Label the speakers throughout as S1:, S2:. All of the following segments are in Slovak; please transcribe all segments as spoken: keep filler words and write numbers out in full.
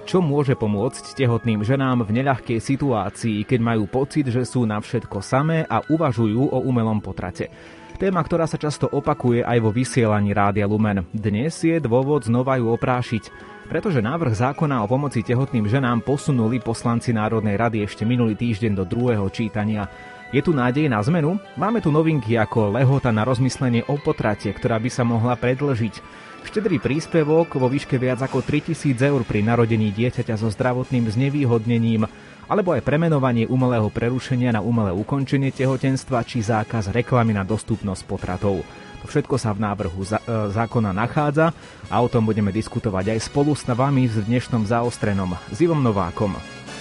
S1: čo môže pomôcť tehotným ženám v neľahkej situácii, keď majú pocit, že sú na všetko samé a uvažujú o umelom potrate. Téma, ktorá sa často opakuje aj vo vysielaní Rádia Lumen. Dnes je dôvod znova ju oprášiť, pretože návrh zákona o pomoci tehotným ženám posunuli poslanci Národnej rady ešte minulý týždeň do druhého čítania. Je tu nádej na zmenu? Máme tu novinky ako lehota na rozmyslenie o potrate, ktorá by sa mohla predĺžiť. Štedrý príspevok vo výške viac ako tritisíc eur pri narodení dieťaťa so zdravotným znevýhodnením, alebo aj premenovanie umelého prerušenia na umelé ukončenie tehotenstva či zákaz reklamy na dostupnosť potratov. To všetko sa v návrhu zákona nachádza a o tom budeme diskutovať aj spolu s vami v dnešnom Zaostrenom s Ivom Novákom.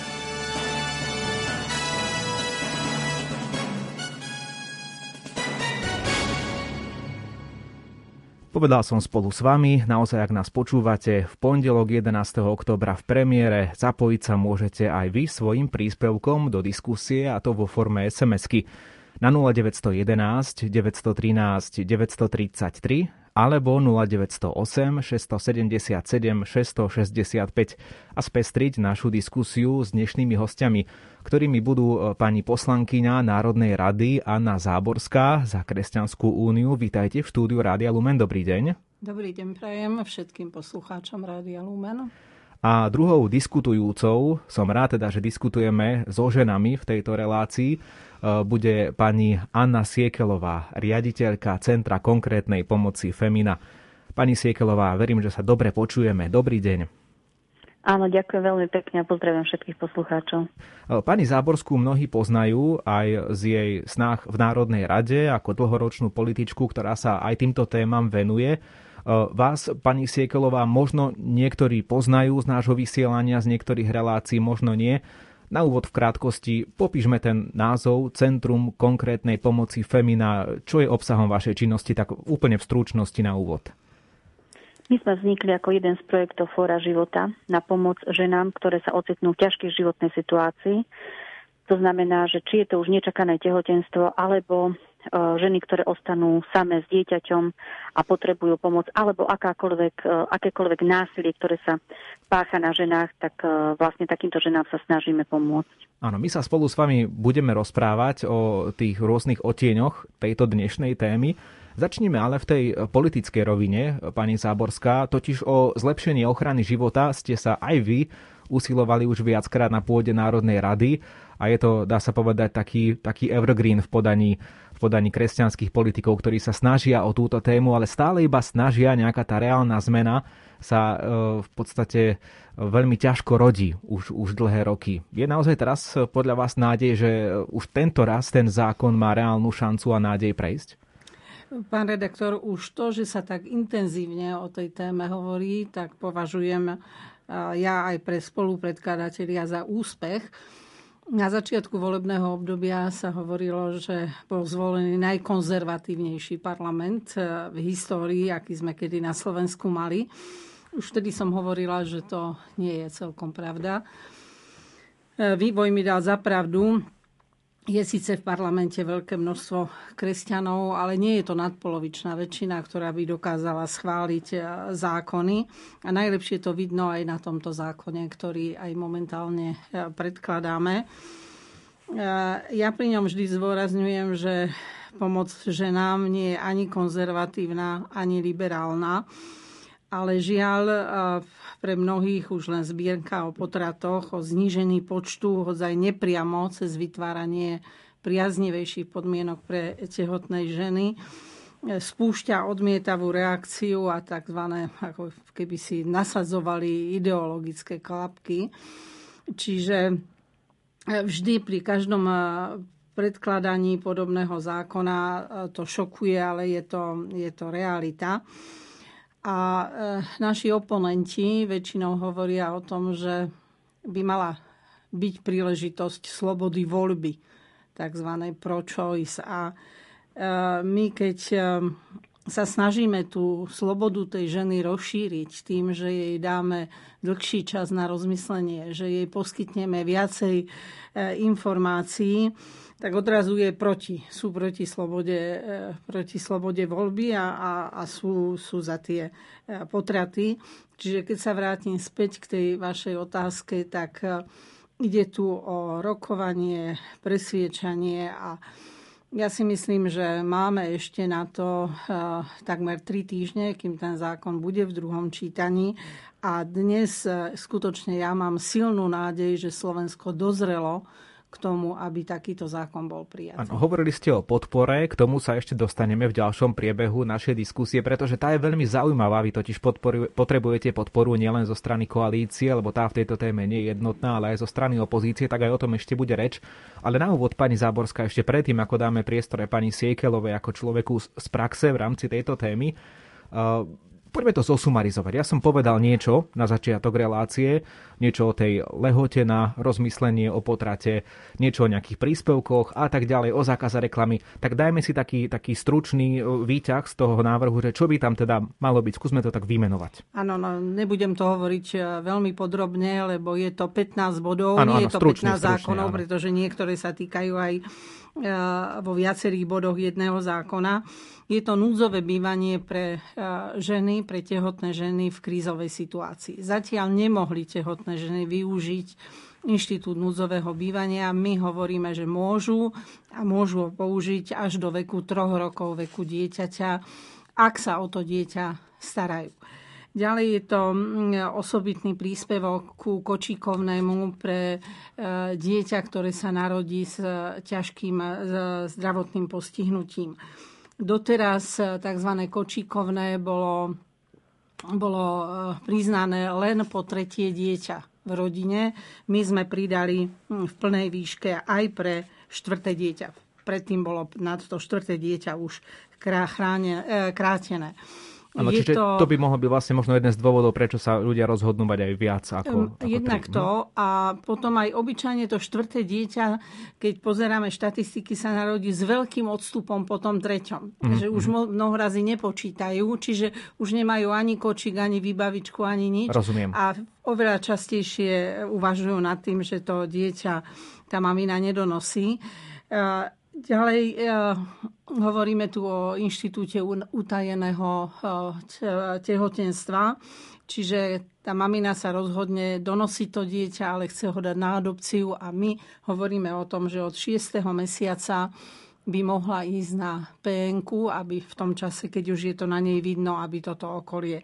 S1: Povedal som spolu s vami, naozaj ak nás počúvate, v pondelok jedenásteho októbra v premiére, zapojiť sa môžete aj vy svojim príspevkom do diskusie, a to vo forme es em esky na nula deväť jedna jedna, deväť jedna tri, deväť tri tri alebo nula deväť nula osem, šesť sedem sedem, šesť šesť päť a spestriť našu diskusiu s dnešnými hostiami, ktorými budú pani poslankyňa Národnej rady Anna Záborská za Kresťanskú úniu. Vítajte v štúdiu Rádia Lumen. Dobrý deň.
S2: Dobrý deň prajem všetkým poslucháčom Rádia Lumen.
S1: A druhou diskutujúcou, som rád teda, že diskutujeme so ženami v tejto relácii, bude pani Anna Siekelová, riaditeľka Centra konkrétnej pomoci Femina. Pani Siekelová, verím, že sa dobre počujeme. Dobrý deň.
S3: Áno, ďakujem veľmi pekne a pozdravujem všetkých poslucháčov.
S1: Pani Záborskú mnohí poznajú aj z jej snách v Národnej rade ako dlhoročnú političku, ktorá sa aj týmto témam venuje. Vás, pani Siekelová, možno niektorí poznajú z nášho vysielania, z niektorých relácií, možno nie. Na úvod v krátkosti popíšme ten názov Centrum konkrétnej pomoci Femina. Čo je obsahom vašej činnosti, tak úplne v stručnosti na úvod.
S3: My sme vznikli ako jeden z projektov Fóra života na pomoc ženám, ktoré sa ocitnú v ťažkej životnej situácii. To znamená, že či je to už nečakané tehotenstvo, alebo ženy, ktoré ostanú samé s dieťaťom a potrebujú pomoc, alebo akákoľvek, akékoľvek násilie, ktoré sa pácha na ženách, tak vlastne takýmto ženám sa snažíme pomôcť.
S1: Áno, my sa spolu s vami budeme rozprávať o tých rôznych odtieňoch tejto dnešnej témy. Začnime ale v tej politickej rovine, pani Záborská, totiž o zlepšenie ochrany života ste sa aj vy usilovali už viackrát na pôde Národnej rady a je to, dá sa povedať, taký, taký evergreen v podaní, v podaní kresťanských politikov, ktorí sa snažia o túto tému, ale stále iba snažia, nejaká tá reálna zmena sa e, v podstate veľmi ťažko rodí už, už dlhé roky. Je naozaj teraz podľa vás nádej, že už tento raz ten zákon má reálnu šancu a nádej prejsť?
S2: Pán redaktor, už to, že sa tak intenzívne o tej téme hovorí, tak považujem ja aj pre spolupredkladatelia za úspech. Na začiatku volebného obdobia sa hovorilo, že bol zvolený najkonzervatívnejší parlament v histórii, aký sme kedy na Slovensku mali. Už vtedy som hovorila, že to nie je celkom pravda. Vývoj mi dal za pravdu. Je síce v parlamente veľké množstvo kresťanov, ale nie je to nadpolovičná väčšina, ktorá by dokázala schváliť zákony. A najlepšie to vidno aj na tomto zákone, ktorý aj momentálne predkladáme. Ja pri ňom vždy zdôrazňujem, že pomoc ženám nie je ani konzervatívna, ani liberálna. Ale žiaľ, pre mnohých už len zbierka o potratoch, o znížení počtu, hoď aj nepriamo cez vytváranie priaznivejších podmienok pre tehotné ženy, spúšťa odmietavú reakciu a takzvané, ako keby si nasadzovali ideologické klapky. Čiže vždy pri každom predkladaní podobného zákona to šokuje, ale je to, je to realita. A e, naši oponenti väčšinou hovoria o tom, že by mala byť príležitosť slobody voľby, takzvané pro-choice. A e, my, keď e, sa snažíme tú slobodu tej ženy rozšíriť tým, že jej dáme dlhší čas na rozmyslenie, že jej poskytneme viacej informácií, tak odrazu je proti. Sú proti slobode, proti slobode voľby a, a, a sú, sú za tie potraty. Čiže keď sa vrátim späť k tej vašej otázke, tak ide tu o rokovanie, presviečanie a ja si myslím, že máme ešte na to uh, takmer tri týždne, kým ten zákon bude v druhom čítaní. A dnes uh, skutočne ja mám silnú nádej, že Slovensko dozrelo k tomu, aby takýto zákon bol prijatý.
S1: Ano, hovorili ste o podpore, k tomu sa ešte dostaneme v ďalšom priebehu našej diskusie, pretože tá je veľmi zaujímavá. Vy totiž potrebujete podporu nielen zo strany koalície, lebo tá v tejto téme nie je jednotná, ale aj zo strany opozície, tak aj o tom ešte bude reč. Ale na úvod, pani Záborská, ešte predtým, ako dáme priestor pani Siekelovej ako človeku z praxe v rámci tejto témy, uh, poďme to zosumarizovať. Ja som povedal niečo na začiatok relácie, niečo o tej lehote na rozmyslenie o potrate, niečo o nejakých príspevkoch a tak ďalej, o zákaze reklamy. Tak dajme si taký, taký stručný výťah z toho návrhu, že čo by tam teda malo byť. Skúsme to tak vymenovať.
S2: Áno, no, nebudem to hovoriť veľmi podrobne, lebo je to pätnásť bodov,
S1: ano,
S2: nie
S1: ano,
S2: je to
S1: stručne,
S2: pätnásť
S1: stručne,
S2: zákonov,
S1: áno.
S2: Pretože niektoré sa týkajú aj vo viacerých bodoch jedného zákona. Je to núdzové bývanie pre ženy, pre tehotné ženy v krízovej situácii. Zatiaľ nemohli tehotné ženy využiť inštitút núdzového bývania. My hovoríme, že môžu a môžu ho použiť až do veku troch rokov veku dieťaťa, ak sa o to dieťa starajú. Ďalej je to osobitný príspevok ku kočíkovnému pre dieťa, ktoré sa narodí s ťažkým zdravotným postihnutím. Doteraz tzv. Kočíkovné bolo, bolo priznané len po tretie dieťa v rodine. My sme pridali v plnej výške aj pre štvrté dieťa. Predtým bolo na to štvrté dieťa už krátené.
S1: Áno, čiže to... to by mohlo byť vlastne možno jeden z dôvodov, prečo sa ľudia rozhodnú mať aj viac ako, ako
S2: jednak
S1: tri.
S2: to a potom aj obyčajne to štvrté dieťa, keď pozeráme štatistiky, sa narodí s veľkým odstupom po tom treťom. Mm-hmm. Že už mnoho razy nepočítajú, čiže už nemajú ani kočík, ani výbavičku, ani nič.
S1: Rozumiem.
S2: A oveľa častejšie uvažujú nad tým, že to dieťa tá mamina nedonosí. Ďalej eh, hovoríme tu o inštitúte utajeného eh, tehotenstva, čiže tá mamina sa rozhodne donosiť to dieťa, ale chce ho dať na adopciu a my hovoríme o tom, že od šiesteho mesiaca by mohla ísť na pé en ku, aby v tom čase, keď už je to na nej vidno, aby toto okolie eh,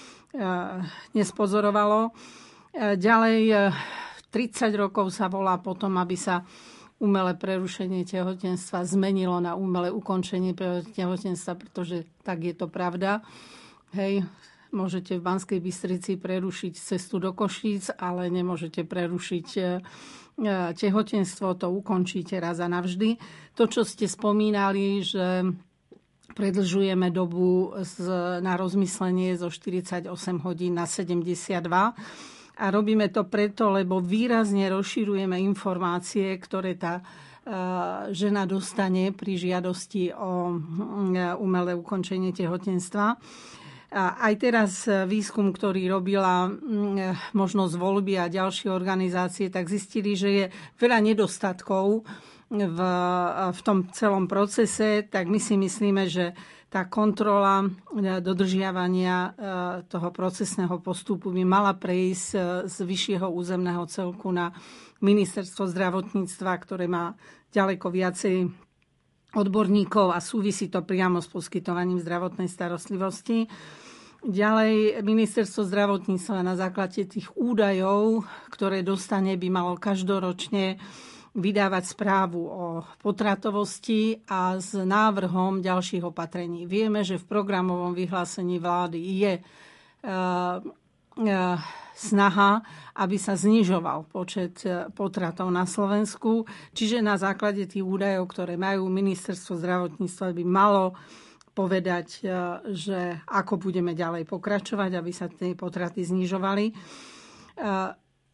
S2: nespozorovalo. Eh, ďalej eh, tridsať rokov sa volá potom, aby sa umelé prerušenie tehotenstva zmenilo na umelé ukončenie tehotenstva, pretože tak je to pravda. Hej, môžete v Banskej Bystrici prerušiť cestu do Košíc, ale nemôžete prerušiť tehotenstvo, to ukončíte raz a navždy. To, čo ste spomínali, že predlžujeme dobu na rozmyslenie zo štyridsaťosem hodín na sedemdesiatdva. A robíme to preto, lebo výrazne rozširujeme informácie, ktoré tá žena dostane pri žiadosti o umelé ukončenie tehotenstva. A aj teraz výskum, ktorý robila Možnosť voľby a ďalšie organizácie, tak zistili, že je veľa nedostatkov v, v tom celom procese, tak my si myslíme, že tá kontrola dodržiavania toho procesného postupu by mala prejsť z vyššieho územného celku na ministerstvo zdravotníctva, ktoré má ďaleko viacej odborníkov a súvisí to priamo s poskytovaním zdravotnej starostlivosti. Ďalej ministerstvo zdravotníctva na základe tých údajov, ktoré dostane, by malo každoročne vydávať správu o potratovosti a s návrhom ďalších opatrení. Vieme, že v programovom vyhlásení vlády je e, e, snaha, aby sa znižoval počet potratov na Slovensku. Čiže na základe tých údajov, ktoré majú ministerstvo zdravotníctva, by malo povedať, že ako budeme ďalej pokračovať, aby sa tie potraty znižovali.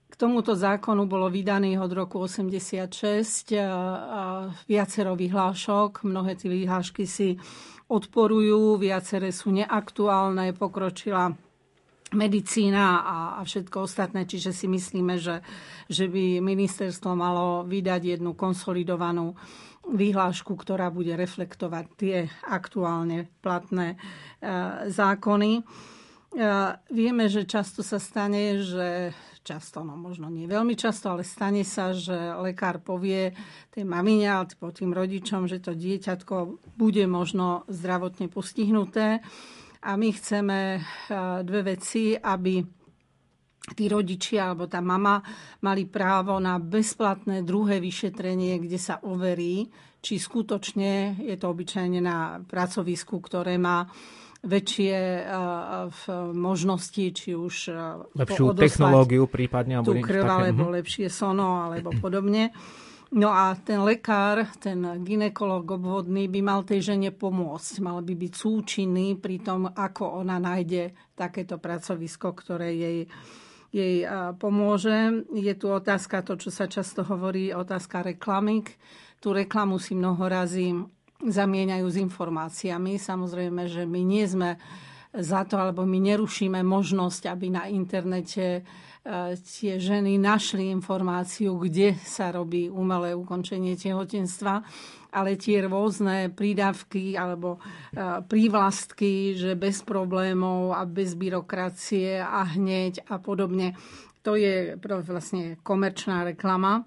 S2: K tomuto zákonu bolo vydaných od roku osemdesiatšesť viacero vyhlášok. Mnohé tie vyhlášky si odporujú, viaceré sú neaktuálne, pokročila medicína a, a všetko ostatné. Čiže si myslíme, že, že by ministerstvo malo vydať jednu konsolidovanú vyhlášku, ktorá bude reflektovať tie aktuálne platné e, zákony. Vieme, že často sa stane, že často, no možno nie veľmi často, ale stane sa, že lekár povie tej mamine alebo tým rodičom, že to dieťatko bude možno zdravotne postihnuté. A my chceme dve veci, aby tí rodičia alebo tá mama mali právo na bezplatné druhé vyšetrenie, kde sa overí, či skutočne je to obyčajne na pracovisku, ktoré má väčšie možnosti, či už
S1: lepšiu technológiu prípadne,
S2: alebo tú krv, alebo lepšie sono, alebo podobne. No a ten lekár, ten gynekolog obvodný by mal tej žene pomôcť. Mal by byť súčinný pri tom, ako ona nájde takéto pracovisko, ktoré jej, jej pomôže. Je tu otázka, to, čo sa často hovorí, otázka reklamy. Tú reklamu si mnoho razy zamieňajú s informáciami. Samozrejme, že my nie sme za to, alebo my nerušíme možnosť, aby na internete tie ženy našli informáciu, kde sa robí umelé ukončenie tehotenstva, ale tie rôzne prídavky alebo prívlastky, že bez problémov a bez byrokracie a hneď a podobne, to je vlastne komerčná reklama.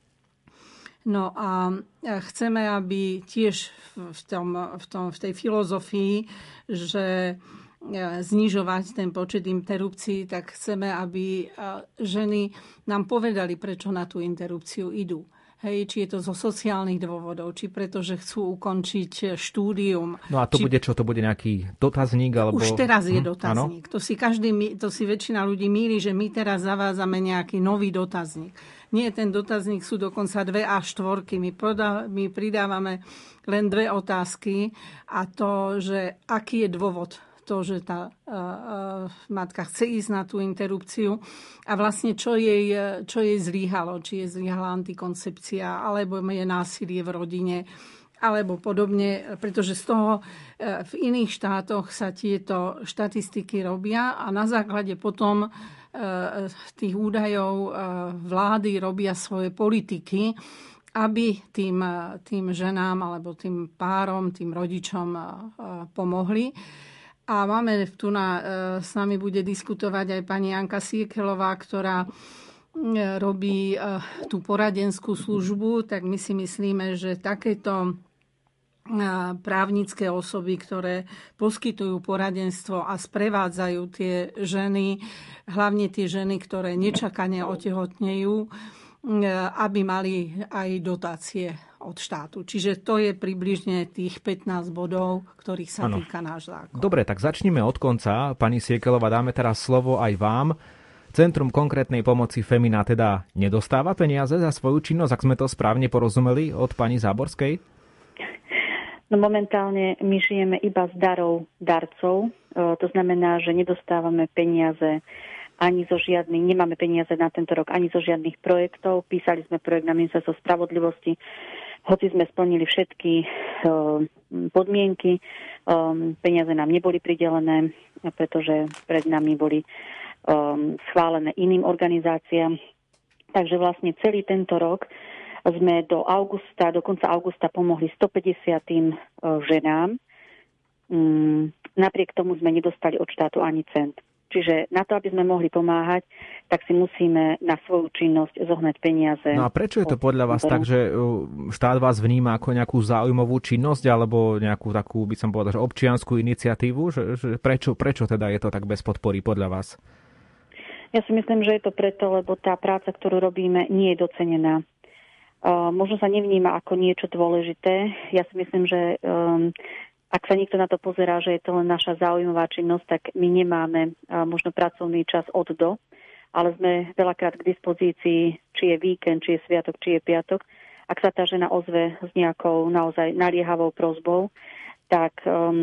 S2: No a chceme, aby tiež v, tom, v, tom, v tej filozofii, že znižovať ten počet interrupcií, tak chceme, aby ženy nám povedali, prečo na tú interrupciu idú. Hej, či je to zo sociálnych dôvodov, či preto, že chcú ukončiť štúdium.
S1: No a to
S2: či...
S1: bude čo? To bude nejaký dotazník? Alebo...
S2: Už teraz je
S1: hm,
S2: dotazník. To si, každý, to si väčšina ľudí mýli, že my teraz zavádzame nejaký nový dotazník. Nie, ten dotazník sú dokonca dve á štvorky. My, prodá, my pridávame len dve otázky a to, že aký je dôvod to, že tá uh, uh, matka chce ísť na tú interrupciu a vlastne čo jej, čo jej zlyhalo. Či je zlyhala antikoncepcia, alebo je násilie v rodine, alebo podobne. Pretože z toho uh, v iných štátoch sa tieto štatistiky robia a na základe potom tých údajov vlády robia svoje politiky, aby tým, tým ženám alebo tým párom, tým rodičom pomohli. A máme tu na, s nami bude diskutovať aj pani Janka Siekelová, ktorá robí tú poradenskú službu, tak my si myslíme, že takéto právnické osoby, ktoré poskytujú poradenstvo a sprevádzajú tie ženy, hlavne tie ženy, ktoré nečakane otehotnejú, aby mali aj dotácie od štátu. Čiže to je približne tých pätnásť bodov, ktorých sa ano. Týka náš zákon.
S1: Dobre, tak začníme od konca. Pani Siekelová, dáme teraz slovo aj vám. Centrum konkrétnej pomoci Femina teda nedostáva peniaze za svoju činnosť, ak sme to správne porozumeli od pani Záborskej?
S3: No momentálne my žijeme iba z darov darcov. To znamená, že nedostávame peniaze ani zo žiadnych, nemáme peniaze na tento rok ani zo žiadnych projektov. Písali sme projekt na Ministerstvo spravodlivosti, hoci sme splnili všetky podmienky. Peniaze nám neboli pridelené, pretože pred nami boli schválené iným organizáciám. Takže vlastne celý tento rok sme do augusta, do konca augusta pomohli stopäťdesiat ženám. Napriek tomu sme nedostali od štátu ani cent. Čiže na to, aby sme mohli pomáhať, tak si musíme na svoju činnosť zohnať peniaze.
S1: No a prečo je to podľa vás tak, že štát vás vníma ako nejakú záujmovú činnosť alebo nejakú takú, by som povedal, že občiansku iniciatívu? Že, že prečo, prečo teda je to tak bez podpory podľa vás?
S3: Ja si myslím, že je to preto, lebo tá práca, ktorú robíme, nie je docenená. Uh, možno sa nevníma ako niečo dôležité. Ja si myslím, že um, ak sa niekto na to pozerá, že je to len naša záujmová činnosť, tak my nemáme uh, možno pracovný čas od do, ale sme veľakrát k dispozícii, či je víkend, či je sviatok, či je piatok. Ak sa tá žena ozve s nejakou naozaj naliehavou prosbou, tak um,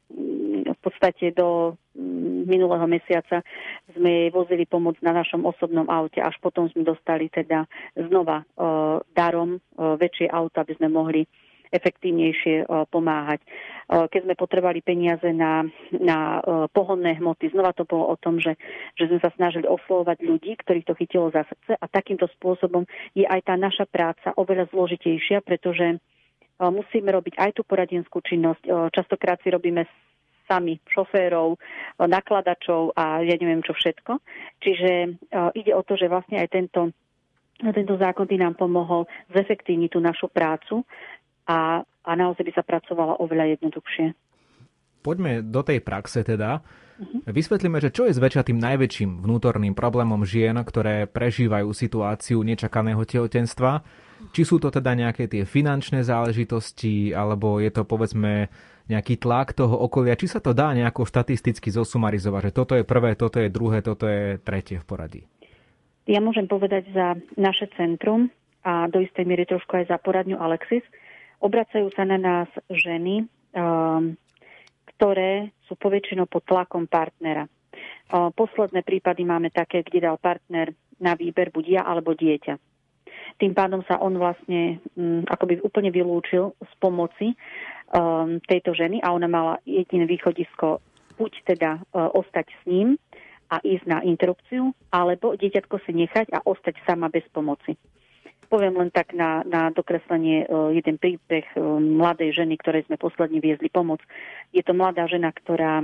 S3: v podstate do minulého mesiaca sme vozili pomoc na našom osobnom aute, až potom sme dostali teda znova darom väčšie auto, aby sme mohli efektívnejšie pomáhať. Keď sme potrebovali peniaze na, na pohonné hmoty, znova to bolo o tom, že, že sme sa snažili oslovovať ľudí, ktorých to chytilo za srdce, a takýmto spôsobom je aj tá naša práca oveľa zložitejšia, pretože musíme robiť aj tú poradenskú činnosť. Častokrát si robíme sami šoférov, nakladačov a ja neviem čo všetko. Čiže ide o to, že vlastne aj tento, tento zákon by nám pomohol zefektívniť tú našu prácu a, a naozaj by sa pracovala oveľa jednoduchšie.
S1: Poďme do tej praxe teda. Uh-huh. Vysvetlíme, že čo je zväčša tým najväčším vnútorným problémom žien, ktoré prežívajú situáciu nečakaného tehotenstva. Či sú to teda nejaké tie finančné záležitosti, alebo je to povedzme nejaký tlak toho okolia, či sa to dá nejako štatisticky zosumarizovať, že toto je prvé, toto je druhé, toto je tretie v poradí?
S3: Ja môžem povedať za naše centrum a do istej miery trošku aj za poradňu Alexis. Obracajú sa na nás ženy, um, ktoré sú poväčšinou pod tlakom partnera. Um, posledné prípady máme také, kde dal partner na výber buď ja alebo dieťa. Tým pádom sa on vlastne um, akoby úplne vylúčil z pomoci um, tejto ženy a ona mala jediné východisko buď teda uh, ostať s ním a ísť na interrupciu, alebo dieťatko si nechať a ostať sama bez pomoci. Poviem len tak na, na dokreslenie uh, jeden príbeh uh, mladej ženy, ktorej sme posledne viezli pomoc. Je to mladá žena, ktorá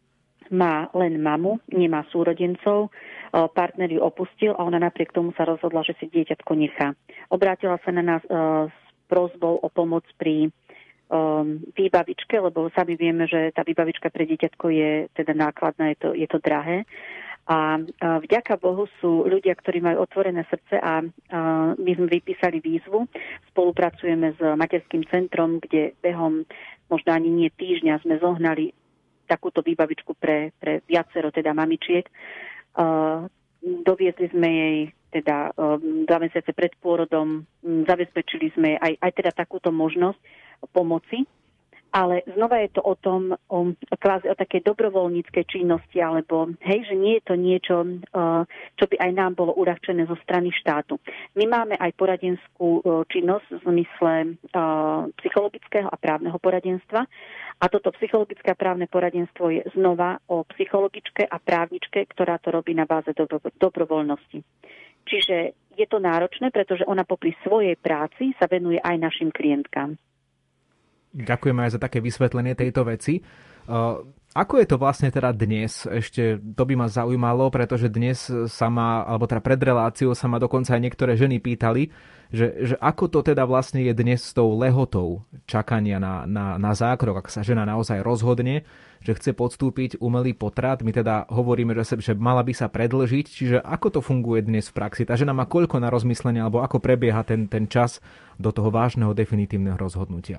S3: má len mamu, nemá súrodencov, uh, partner ju opustil a ona napriek tomu sa rozhodla, že si dieťatko nechá. Obrátila sa na nás uh, s prosbou o pomoc pri um, výbavičke, lebo sami vieme, že tá výbavička pre dieťatko je teda nákladná, je to, je to drahé. A vďaka Bohu sú ľudia, ktorí majú otvorené srdce a my sme vypísali výzvu. Spolupracujeme s materským centrom, kde behom možno ani nie týždňa sme zohnali takúto výbavičku pre, pre viacero teda mamičiek. Doviezli sme jej teda dva mesiace pred pôrodom, zabezpečili sme aj, aj teda takúto možnosť pomoci. Ale znova je to o tom, o, kvázi o takej dobrovoľníckej činnosti, alebo hej, že nie je to niečo, čo by aj nám bolo uľahčené zo strany štátu. My máme aj poradenskú činnosť v zmysle psychologického a právneho poradenstva. A toto psychologické a právne poradenstvo je znova o psychologičke a právničke, ktorá to robí na báze dobro, dobrovoľnosti. Čiže je to náročné, pretože ona popri svojej práci sa venuje aj našim klientkám.
S1: Ďakujeme aj za také vysvetlenie tejto veci. Ako je to vlastne teda dnes? Ešte to by ma zaujímalo, pretože dnes sa ma, alebo teda pred reláciou sa ma dokonca aj niektoré ženy pýtali, že, že ako to teda vlastne je dnes s tou lehotou čakania na, na, na zákrok, ak sa žena naozaj rozhodne, že chce podstúpiť umelý potrat. My teda hovoríme, že, že mala by sa predĺžiť, čiže ako to funguje dnes v praxi? Tá žena má koľko na rozmyslenie, alebo ako prebieha ten, ten čas do toho vážneho definitívneho rozhodnutia?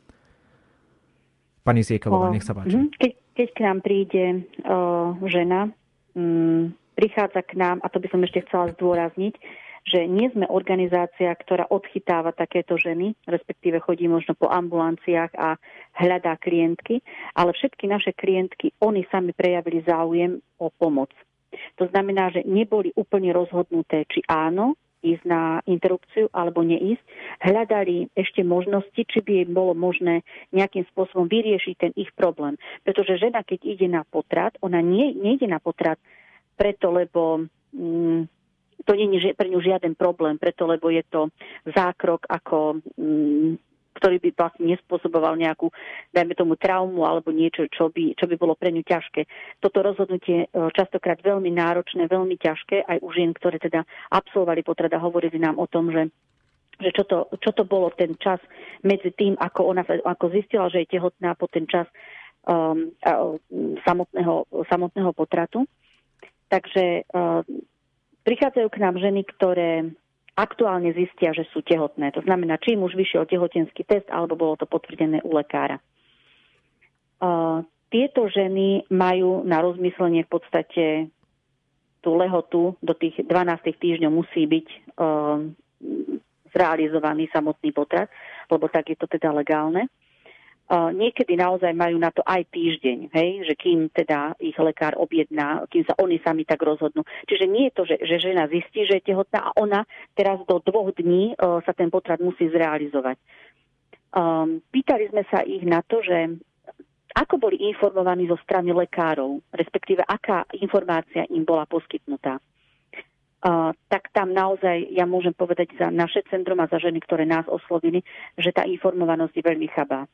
S1: Pani Siekalová, nech sa páči.
S3: Keď, keď k nám príde uh, žena, um, prichádza k nám, a to by som ešte chcela zdôrazniť, že nie sme organizácia, ktorá odchytáva takéto ženy, respektíve chodí možno po ambulanciách a hľadá klientky, ale všetky naše klientky, oni sami prejavili záujem o pomoc. To znamená, že neboli úplne rozhodnuté, či áno, ísť na interrupciu alebo neísť. Hľadali ešte možnosti, či by im bolo možné nejakým spôsobom vyriešiť ten ich problém. Pretože žena, keď ide na potrat, ona nie, nejde na potrat preto, lebo mm, to nie je pre ňu žiaden problém, preto, lebo je to zákrok ako... Mm, ktorý by vlastne nespôsoboval nejakú, dajme tomu, traumu alebo niečo, čo by, čo by bolo pre ňu ťažké. Toto rozhodnutie častokrát veľmi náročné, veľmi ťažké, aj u žien, ktoré teda absolvovali potrat a hovorili nám o tom, že, že čo, to, čo to bolo ten čas medzi tým, ako ona ako zistila, že je tehotná po ten čas um, samotného, samotného potratu. Takže um, prichádzajú k nám ženy, ktoré aktuálne zistia, že sú tehotné. To znamená, či im už vyšiel tehotenský test, alebo bolo to potvrdené u lekára. Uh, tieto ženy majú na rozmyslenie v podstate tú lehotu do tých dvanásť týždňov musí byť uh, zrealizovaný samotný potrat, lebo tak je to teda legálne. Niekedy naozaj majú na to aj týždeň, hej, že kým teda ich lekár objedná, kým sa oni sami tak rozhodnú. Čiže nie je to, že, že žena zistí, že je tehotná a ona teraz do dvoch dní uh, sa ten potrat musí zrealizovať. Um, pýtali sme sa ich na to, že ako boli informovaní zo strany lekárov, respektíve aká informácia im bola poskytnutá. Uh, tak tam naozaj, ja môžem povedať za naše centrum a za ženy, ktoré nás oslovili, že tá informovanosť je veľmi chabá.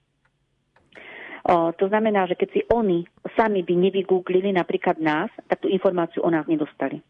S3: O, to znamená, že keď si oni sami by nevygooglili napríklad nás, tak tú informáciu o nás nedostali.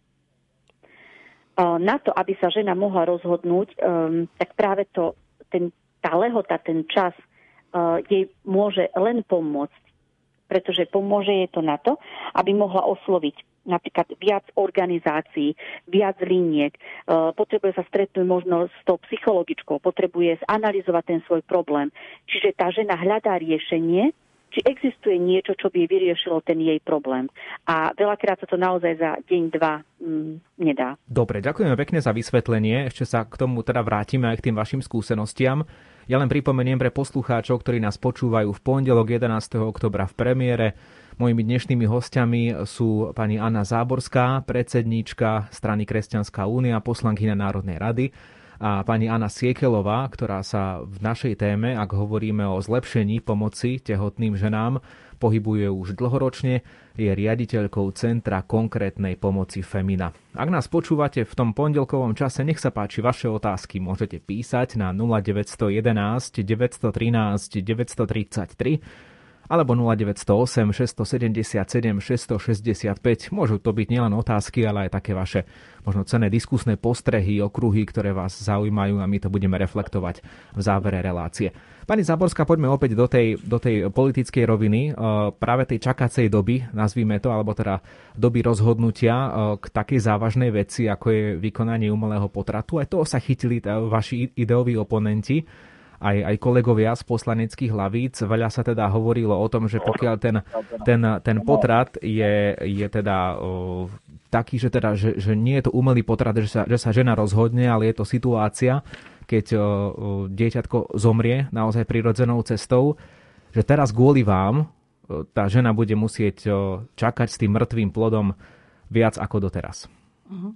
S3: O, na to, aby sa žena mohla rozhodnúť, um, tak práve to, ten, tá lehota, ten čas uh, jej môže len pomôcť, pretože pomôže jej to na to, aby mohla osloviť napríklad viac organizácií, viac liniek, uh, potrebuje sa stretnúť možno s tou psychologičkou, potrebuje zanalizovať ten svoj problém. Čiže tá žena hľadá riešenie, či existuje niečo, čo by vyriešilo ten jej problém. A veľakrát sa to naozaj za deň, dva mm, nedá.
S1: Dobre, ďakujeme pekne za vysvetlenie. Ešte sa k tomu teda vrátime aj k tým vašim skúsenostiam. Ja len pripomeniem pre poslucháčov, ktorí nás počúvajú v pondelok jedenásteho októbra v premiére. Mojimi dnešnými hostiami sú pani Anna Záborská, predsedníčka strany Kresťanská únia, poslankyňa Národnej rady, a pani Anna Siekelová, ktorá sa v našej téme, ak hovoríme o zlepšení pomoci tehotným ženám, pohybuje už dlhoročne, je riaditeľkou Centra konkrétnej pomoci Femina. Ak nás počúvate v tom pondelkovom čase, nech sa páči, vaše otázky môžete písať na nula deväť jedna jedna, deväť jedna tri, deväť tri tri alebo nula deväť nula osem, šesť sedem sedem, šesť šesť päť. Môžu to byť nielen otázky, ale aj také vaše možno cenné diskusné postrehy, okruhy, ktoré vás zaujímajú a my to budeme reflektovať v závere relácie. Pani Záborská, poďme opäť do tej, do tej politickej roviny, práve tej čakacej doby, nazvime to, alebo teda doby rozhodnutia k takej závažnej veci, ako je vykonanie umelého potratu. Aj toho sa chytili vaši ideoví oponenti, Aj, aj kolegovia z poslaneckých hlavíc. Veľa sa teda hovorilo o tom, že pokiaľ ten, ten, ten potrat je, je teda o, taký, že, teda, že, že nie je to umelý potrat, že sa, že sa žena rozhodne, ale je to situácia, keď o, o, dieťatko zomrie naozaj prirodzenou cestou, že teraz kvôli vám o, tá žena bude musieť o, čakať s tým mŕtvým plodom viac ako doteraz. Uh-huh.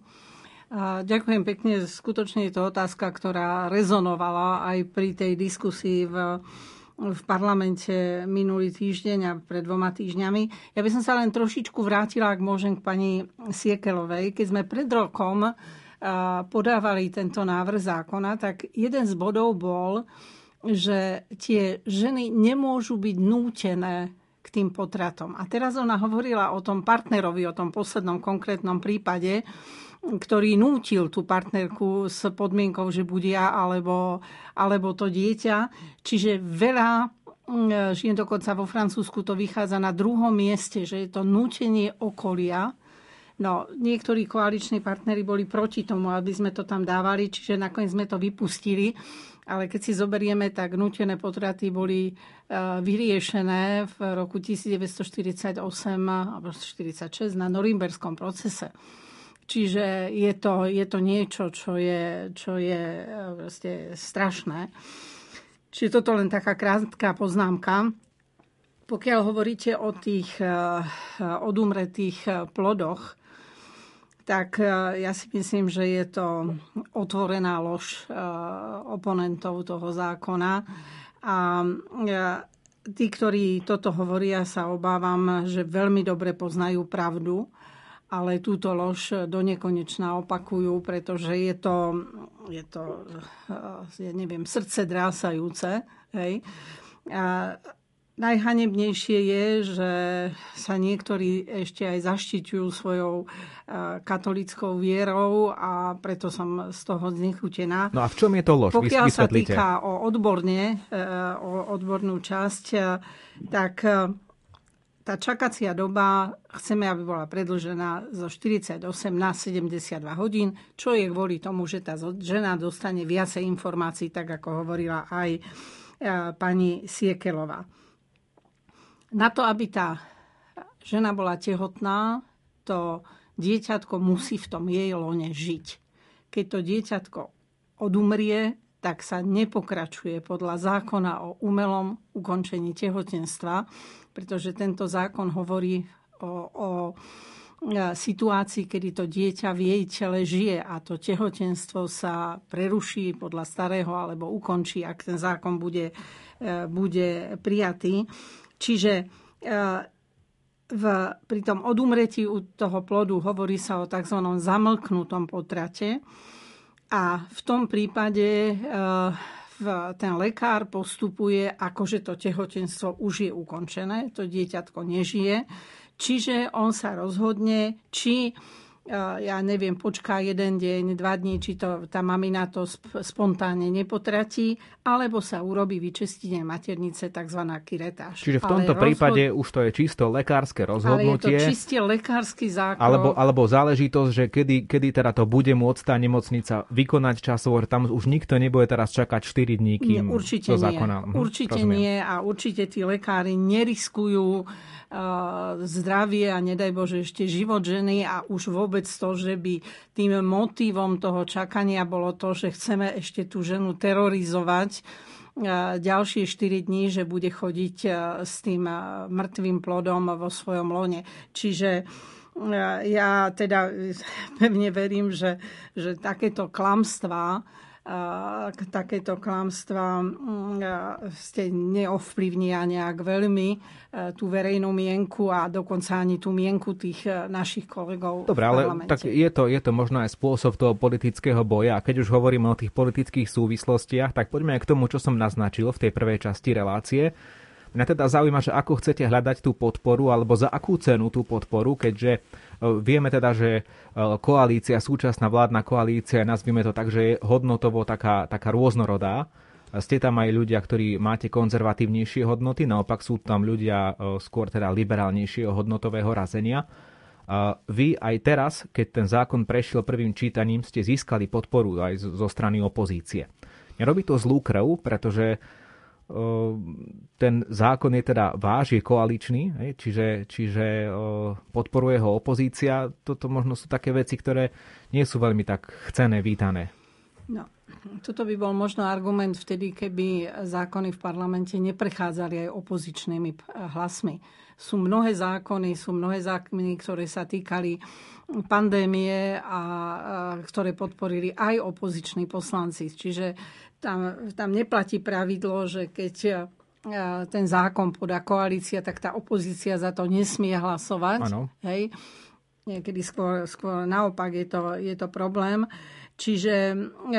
S2: Ďakujem pekne. Skutočne je to otázka, ktorá rezonovala aj pri tej diskusii v, v parlamente minulý týždeň a pred dvoma týždňami. Ja by som sa len trošičku vrátila, ak môžem, k pani Siekelovej. Keď sme pred rokom podávali tento návrh zákona, tak jeden z bodov bol, že tie ženy nemôžu byť nútené k tým potratom. A teraz ona hovorila o tom partnerovi, o tom poslednom konkrétnom prípade, ktorý nútil tú partnerku s podmienkou, že bude ja alebo, alebo to dieťa. Čiže veľa žien, dokonca vo Francúzsku to vychádza na druhom mieste, že je to nútenie okolia. No, niektorí koaliční partneri boli proti tomu, aby sme to tam dávali, čiže nakoniec sme to vypustili. Ale keď si zoberieme, tak nútené potraty boli vyriešené v roku devätnásťstoštyridsaťosem alebo štyridsaťšesť na Norimberskom procese. Čiže je to, je to niečo, čo je, čo je vlastne strašné. Čiže toto len taká krátka poznámka. Pokiaľ hovoríte o tých odumretých plodoch, tak ja si myslím, že je to otvorená lož oponentov toho zákona. A tí, ktorí toto hovoria, sa obávam, že veľmi dobre poznajú pravdu, ale túto lož do nekonečna opakujú, pretože je to, je to ja neviem, srdce drásajúce. Hej. A najhanebnejšie je, že sa niektorí ešte aj zaštiťujú svojou katolíckou vierou a preto som z toho znechutená.
S1: No a v čom je to lož?
S2: Pokiaľ sa týka o odborne, o odbornú časť, tak tá čakacia doba chceme, aby bola predĺžená zo štyridsaťosem na sedemdesiatdva hodín, čo je kvôli tomu, že tá žena dostane viacej informácií, tak ako hovorila aj pani Siekelová. Na to, aby tá žena bola tehotná, to dieťatko musí v tom jej lone žiť. Keď to dieťatko odumrie, tak sa nepokračuje podľa zákona o umelom ukončení tehotenstva, pretože tento zákon hovorí o, o situácii, kedy to dieťa v jej tele žije a to tehotenstvo sa preruší podľa starého alebo ukončí, ak ten zákon bude, bude prijatý. Čiže v, pri tom odumretí u toho plodu hovorí sa o tzv. Zamlknutom potrate a v tom prípade ten lekár postupuje, akože to tehotenstvo už je ukončené, to dieťatko nežije. Čiže on sa rozhodne, či, ja neviem, počká jeden deň, dva dní, či to tá mamina to spontánne nepotratí, alebo sa urobí vyčistenie maternice, tzv. Kiretáž.
S1: Čiže v tomto ale prípade rozhod... už to je čisto lekárske rozhodnutie.
S2: Ale je to čiste lekársky zákrok.
S1: Alebo, alebo záležitosť, že kedy, kedy teda to bude môcť tá nemocnica vykonať časovo, že tam už nikto nebude teraz čakať štyri dní, kým
S2: určite
S1: to zákona.
S2: Nie. Určite
S1: Rozumiem.
S2: nie a určite tí lekári neriskujú zdravie a nedaj Bože ešte život ženy a už vôbec to, že by tým motívom toho čakania bolo to, že chceme ešte tú ženu terorizovať ďalšie štyri dní, že bude chodiť s tým mŕtvým plodom vo svojom lone. Čiže ja teda pevne verím, že, že takéto klamstvá takéto klamstvá ste neovplyvnia nejak veľmi tú verejnú mienku a dokonca ani tú mienku tých našich kolegov.
S1: Dobre,
S2: v
S1: ale
S2: parlamente.
S1: tak je to, je to možno aj spôsob toho politického boja. A keď už hovoríme o tých politických súvislostiach, tak poďme aj k tomu, čo som naznačil v tej prvej časti relácie. Mňa teda zaujíma, že ako chcete hľadať tú podporu alebo za akú cenu tú podporu, keďže vieme teda, že koalícia, súčasná vládna koalícia, nazvime to tak, že je hodnotovo taká, taká rôznorodá. Ste tam aj ľudia, ktorí máte konzervatívnejšie hodnoty, naopak sú tam ľudia skôr teda liberálnejšieho hodnotového razenia. Vy aj teraz, keď ten zákon prešiel prvým čítaním, ste získali podporu aj zo strany opozície. Nerobí to zlú krv, pretože ten zákon je teda váš, je koaličný, čiže, čiže podporuje ho opozícia. Toto možno sú také veci, ktoré nie sú veľmi tak chcené, vítané.
S2: No, toto by bol možno argument vtedy, keby zákony v parlamente neprechádzali aj opozičnými hlasmi. Sú mnohé zákony, sú mnohé zákony, ktoré sa týkali pandémie a ktoré podporili aj opoziční poslanci. Čiže tam, tam neplatí pravidlo, že keď ten zákon podá koalícia, tak tá opozícia za to nesmie hlasovať.
S1: Áno.
S2: Hej. Niekedy skôr, skôr naopak je to, je to problém. Čiže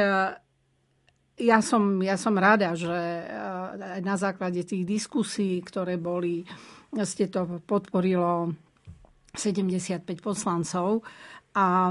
S2: ja som, ja som rada, že na základe tých diskusí, ktoré boli, ste to podporilo sedemdesiatpäť poslancov a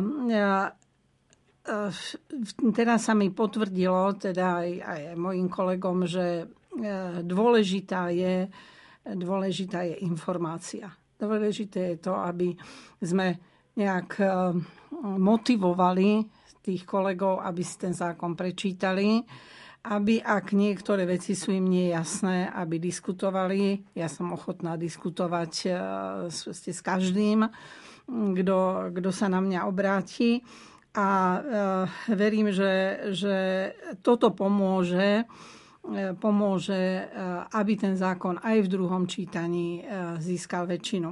S2: teraz sa mi potvrdilo, teda aj, aj mojim kolegom, že dôležitá je, dôležitá je informácia. Dôležité je to, aby sme nejak motivovali tých kolegov, aby si ten zákon prečítali, aby ak niektoré veci sú im nejasné, aby diskutovali. Ja som ochotná diskutovať s každým, kto, kto sa na mňa obráti. A verím, že, že toto pomôže, pomôže, aby ten zákon aj v druhom čítaní získal väčšinu.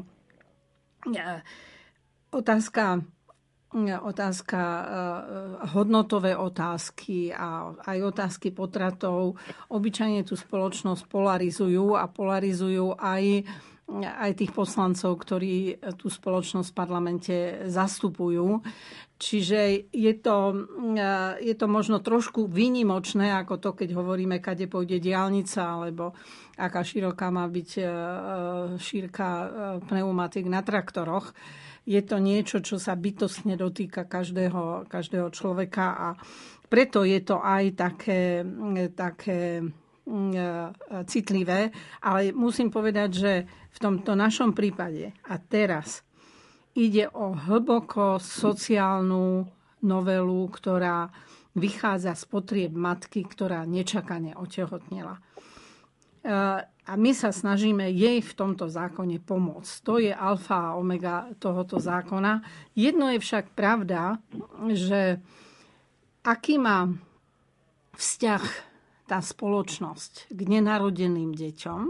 S2: Otázka, otázka hodnotové otázky a aj otázky potratov obyčajne tú spoločnosť polarizujú a polarizujú aj aj tých poslancov, ktorí tú spoločnosť v parlamente zastupujú. Čiže je to, je to možno trošku výnimočné, ako to, keď hovoríme, kade pôjde diaľnica, alebo aká široká má byť šírka pneumatik na traktoroch. Je to niečo, čo sa bytostne dotýka každého, každého človeka a preto je to aj také, také citlivé, ale musím povedať, že v tomto našom prípade a teraz ide o hlboko sociálnu novelu, ktorá vychádza z potrieb matky, ktorá nečakane otehotnela. A my sa snažíme jej v tomto zákone pomôcť. To je alfa a omega tohoto zákona. Jedno je však pravda, že aký má vzťah, tá spoločnosť k nenarodeným deťom,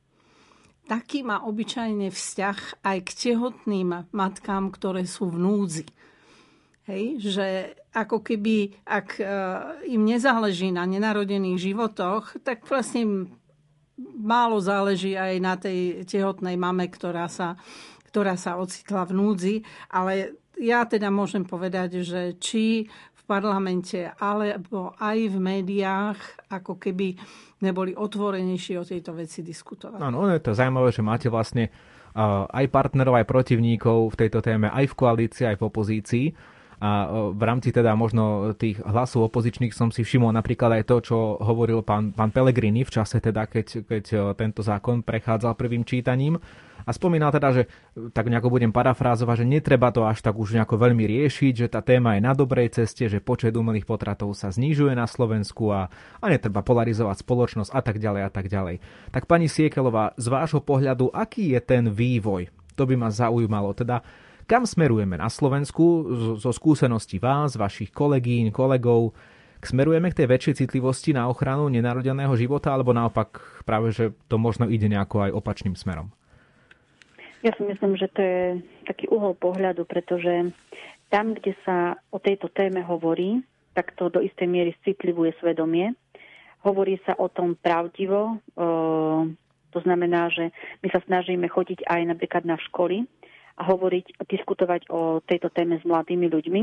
S2: taký má obyčajne vzťah aj k tehotným matkám, ktoré sú v núdzi. Hej, že ako keby, ak im nezáleží na nenarodených životoch, tak vlastne málo záleží aj na tej tehotnej mame, ktorá sa, ktorá sa ocitla v núdzi. Ale ja teda môžem povedať, že či v parlamente, alebo aj v médiách, ako keby neboli otvorenejší o tejto veci diskutovať.
S1: Áno, je to zaujímavé, že máte vlastne aj partnerov, aj protivníkov v tejto téme, aj v koalícii, aj v opozícii. A v rámci teda možno tých hlasov opozičných som si všimol napríklad aj to, čo hovoril pán, pán Pellegrini v čase, teda, keď, keď tento zákon prechádzal prvým čítaním. A spomínal teda, že tak nejako budem parafrázovať, že netreba to až tak už nejako veľmi riešiť, že tá téma je na dobrej ceste, že počet umelých potratov sa znižuje na Slovensku a, a netreba polarizovať spoločnosť a tak ďalej a tak ďalej. Tak pani Siekelová, z vášho pohľadu, aký je ten vývoj? To by ma zaujímalo. Teda, kam smerujeme na Slovensku zo skúseností vás, vašich kolegyň, kolegov? Smerujeme k tej väčšej citlivosti na ochranu nenarodeného života, alebo naopak práve, že to možno ide nejako aj opačným smerom?
S3: Ja si myslím, že to je taký uhol pohľadu, pretože tam, kde sa o tejto téme hovorí, tak to do istej miery citlivuje svedomie. Hovorí sa o tom pravdivo. To znamená, že my sa snažíme chodiť aj napríklad na školy a hovoriť, diskutovať o tejto téme s mladými ľuďmi.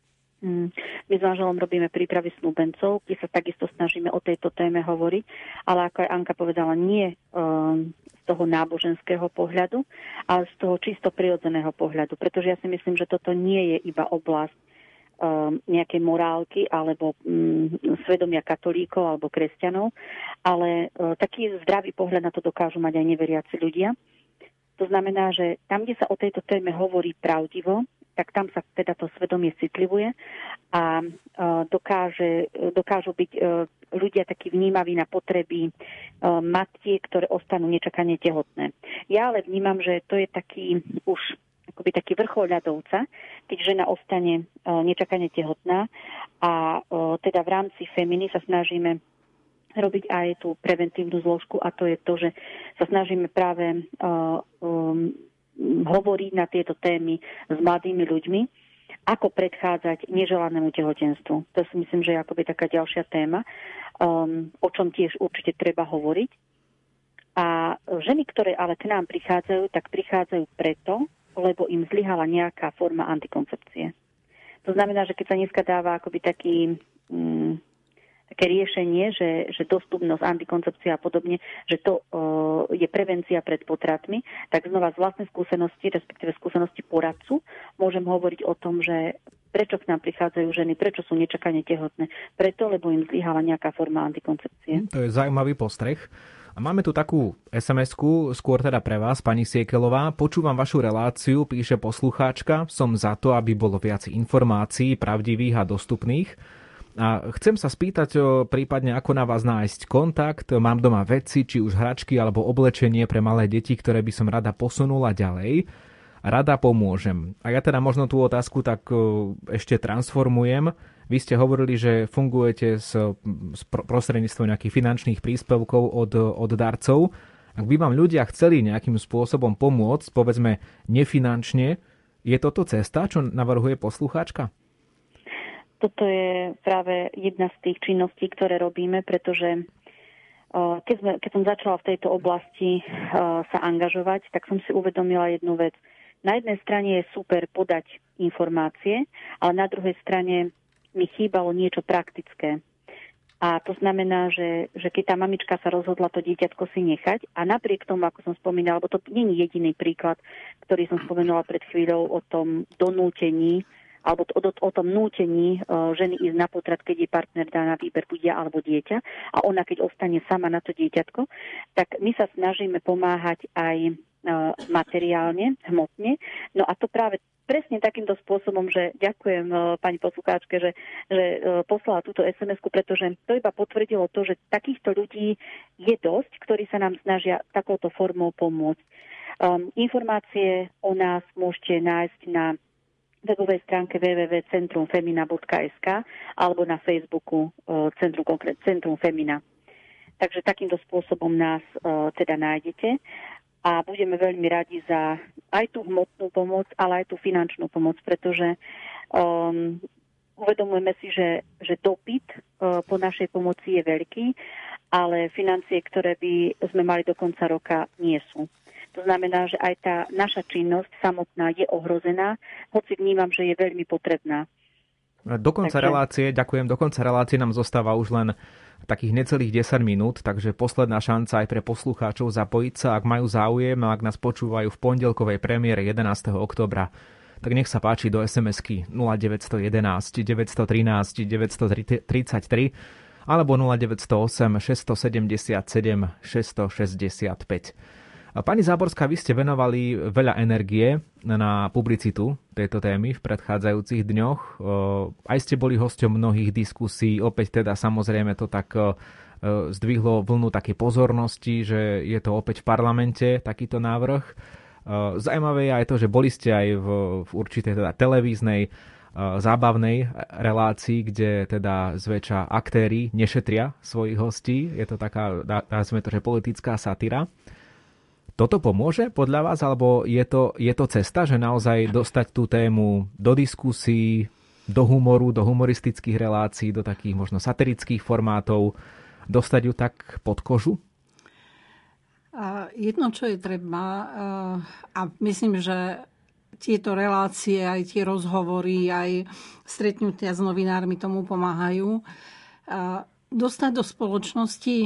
S3: My s manželom robíme prípravy snúbencov, kde sa takisto snažíme o tejto téme hovoriť, ale ako aj Anka povedala, nie z toho náboženského pohľadu, ale z toho čisto prirodzeného pohľadu. Pretože ja si myslím, že toto nie je iba oblasť nejakej morálky alebo svedomia katolíkov alebo kresťanov, ale taký zdravý pohľad na to dokážu mať aj neveriaci ľudia. To znamená, že tam, kde sa o tejto téme hovorí pravdivo, tak tam sa teda to svedomie citlivuje a dokáže, dokážu byť ľudia takí vnímaví na potreby matiek, ktoré ostanú nečakane tehotné. Ja ale vnímam, že to je taký už akoby taký vrchol ľadovca, keď žena ostane nečakane tehotná a teda v rámci Feminy sa snažíme robiť aj tú preventívnu zložku a to je to, že sa snažíme práve uh, um, hovoriť na tieto témy s mladými ľuďmi, ako predchádzať neželanému tehotenstvu. To si myslím, že je akoby taká ďalšia téma, um, o čom tiež určite treba hovoriť. A ženy, ktoré ale k nám prichádzajú, tak prichádzajú preto, lebo im zlyhala nejaká forma antikoncepcie. To znamená, že keď sa dneska dáva akoby taký... Um, také riešenie, že, že dostupnosť, antikoncepcia a podobne, že to uh, je prevencia pred potratmi, tak znova z vlastnej skúsenosti, respektíve skúsenosti poradcu, môžem hovoriť o tom, že prečo k nám prichádzajú ženy, prečo sú nečakane tehotné, preto, lebo im zlyhala nejaká forma antikoncepcie.
S1: To je zaujímavý postreh. A máme tu takú es em esku, skôr teda pre vás, pani Siekelová. Počúvam vašu reláciu, píše poslucháčka. Som za to, aby bolo viac informácií, pravdivých a dostupných. A chcem sa spýtať prípadne, ako na vás nájsť kontakt. Mám doma veci, či už hračky alebo oblečenie pre malé deti, ktoré by som rada posunula ďalej. Rada pomôžem. A ja teda možno tú otázku tak ešte transformujem. Vy ste hovorili, že fungujete s, s prostredníctvom nejakých finančných príspevkov od, od darcov. Ak by vám ľudia chceli nejakým spôsobom pomôcť, povedzme nefinančne, je toto cesta, čo navrhuje poslucháčka?
S3: Toto je práve jedna z tých činností, ktoré robíme, pretože keď, sme, keď som začala v tejto oblasti sa angažovať, tak som si uvedomila jednu vec. Na jednej strane je super podať informácie, ale na druhej strane mi chýbalo niečo praktické. A to znamená, že, že keď tá mamička sa rozhodla to dieťatko si nechať a napriek tomu, ako som spomínala, lebo to nie je jediný príklad, ktorý som spomenula pred chvíľou o tom donútení, alebo o, o tom nútení uh, ženy ísť na potrat, keď jej partner dá na výber buď ja alebo dieťa a ona keď ostane sama na to dieťatko, tak my sa snažíme pomáhať aj uh, materiálne, hmotne. No a to práve presne takýmto spôsobom, že ďakujem uh, pani poslucháčke, že, že uh, poslala túto es em esku, pretože to iba potvrdilo to, že takýchto ľudí je dosť, ktorí sa nám snažia takouto formou pomôcť. Um, informácie o nás môžete nájsť na webovej stránke w w w bodka centrum femina bodka es ka alebo na Facebooku Centrum, Centrum Femina. Takže takýmto spôsobom nás teda nájdete a budeme veľmi radi za aj tú hmotnú pomoc, ale aj tú finančnú pomoc, pretože um, uvedomujeme si, že, že dopyt uh, po našej pomoci je veľký, ale financie, ktoré by sme mali do konca roka, nie sú. To znamená, že aj tá naša činnosť samotná je ohrozená, hoci vnímam, že je veľmi potrebná.
S1: Do konca takže... relácie, ďakujem, do konca relácie nám zostáva už len takých necelých desať minút, takže posledná šanca aj pre poslucháčov zapojiť sa, ak majú záujem, ak nás počúvajú v pondelkovej premiére jedenásteho októbra. Tak nech sa páči do es em esky nula deväť jeden jedna, deväť jedna tri, deväť tri tri alebo nula deväť nula osem, šesť sedem sedem, šesť šesť päť. Pani Záborská, vy ste venovali veľa energie na publicitu tejto témy v predchádzajúcich dňoch. Aj ste boli hosťom mnohých diskusí. Opäť teda samozrejme to tak zdvihlo vlnu takej pozornosti, že je to opäť v parlamente takýto návrh. Zajímavé je aj to, že boli ste aj v, v určitej teda televíznej zábavnej relácii, kde teda zväčša aktéri nešetria svojich hostí. Je to taká, dá sme to, že politická satíra. Toto pomôže podľa vás, alebo je to, je to cesta, že naozaj dostať tú tému do diskusí, do humoru, do humoristických relácií, do takých možno satirických formátov, dostať ju tak pod kožu?
S2: Jedno, čo je treba, a myslím, že tieto relácie, aj tie rozhovory, aj stretnutia s novinármi tomu pomáhajú, dostať do spoločnosti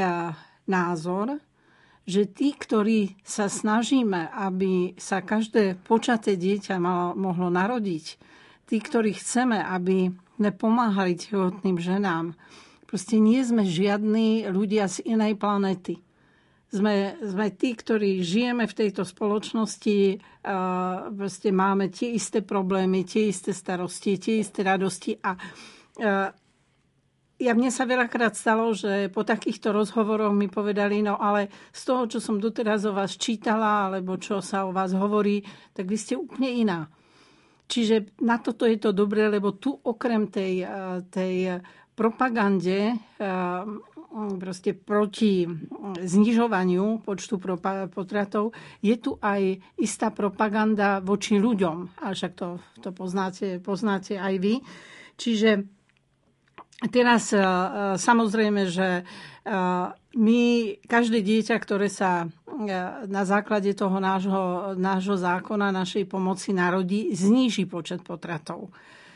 S2: názor, že tí, ktorí sa snažíme, aby sa každé počaté dieťa malo, mohlo narodiť, tí, ktorí chceme, aby nepomáhali tehotným ženám, proste nie sme žiadni ľudia z inej planéty. Sme, sme tí, ktorí žijeme v tejto spoločnosti, uh, proste máme tie isté problémy, tie isté starosti, tie isté radosti a uh, Ja mne sa veľakrát stalo, že po takýchto rozhovoroch mi povedali, no ale z toho, čo som doteraz o vás čítala, alebo čo sa o vás hovorí, tak vy ste úplne iná. Čiže na toto je to dobré, lebo tu okrem tej, tej propagande proste proti znižovaniu počtu potratov je tu aj istá propaganda voči ľuďom. A však to, to poznáte, poznáte aj vy. Čiže teraz samozrejme, že my, každé dieťa, ktoré sa na základe toho nášho, nášho zákona, našej pomoci narodí, zníži počet potratov.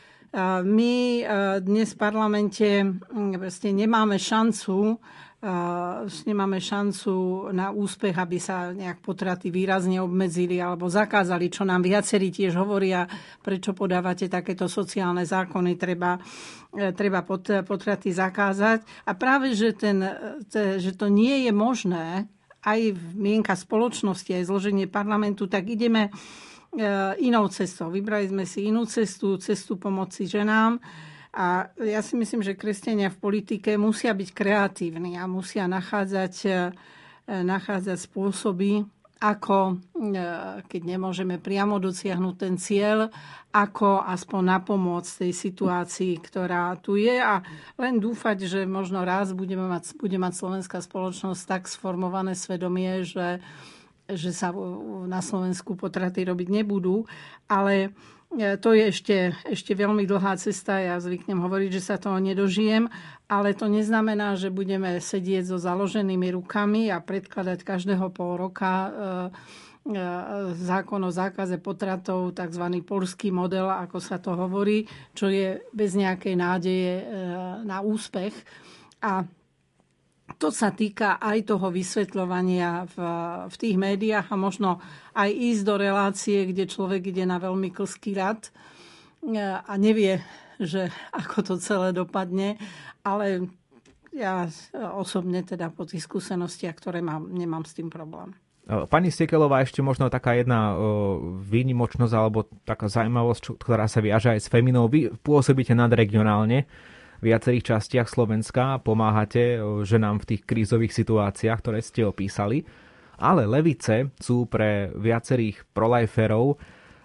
S2: My dnes v parlamente vlastne nemáme šancu, nemáme šancu na úspech, aby sa nejak potraty výrazne obmedzili alebo zakázali, čo nám viacerí tiež hovoria, prečo podávate takéto sociálne zákony, treba, treba potraty zakázať. A práve, že, ten, že to nie je možné, aj mienka spoločnosti, aj zloženie parlamentu, tak ideme inou cestou. Vybrali sme si inú cestu, cestu pomoci ženám. A ja si myslím, že kresťania v politike musia byť kreatívni a musia nachádzať, nachádzať spôsoby, ako, keď nemôžeme priamo dosiahnuť ten cieľ, ako aspoň napomôcť tej situácii, ktorá tu je. A len dúfať, že možno raz budeme mať, bude mať slovenská spoločnosť tak sformované svedomie, že, že sa na Slovensku potraty robiť nebudú. Ale to je ešte, ešte veľmi dlhá cesta. Ja zvyknem hovoriť, že sa toho nedožijem, ale to neznamená, že budeme sedieť so založenými rukami a predkladať každého pol roka e, e, zákon o zákaze potratov, tzv. Poľský model, ako sa to hovorí, čo je bez nejakej nádeje e, na úspech. A to sa týka aj toho vysvetľovania v, v tých médiách a možno aj ísť do relácie, kde človek ide na veľmi klský rad a nevie, že ako to celé dopadne. Ale ja osobne teda po tých skúsenostiach, ktoré mám, nemám s tým problém.
S1: Pani Siekelová, ešte možno taká jedna výnimočnosť alebo taká zaujímavosť, ktorá sa viaže aj s Feminou. Vy pôsobíte nadregionálne v viacerých častiach Slovenska, pomáhate ženám v tých krízových situáciách, ktoré ste opísali, ale levice sú pre viacerých proliferov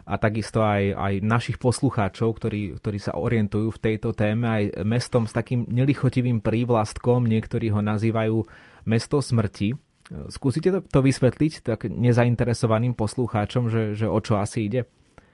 S1: a takisto aj, aj našich poslucháčov, ktorí, ktorí sa orientujú v tejto téme, aj mestom s takým nelichotivým prívlastkom, niektorí ho nazývajú mesto smrti. Skúsite to, to vysvetliť tak nezainteresovaným poslucháčom, že, že o čo asi ide?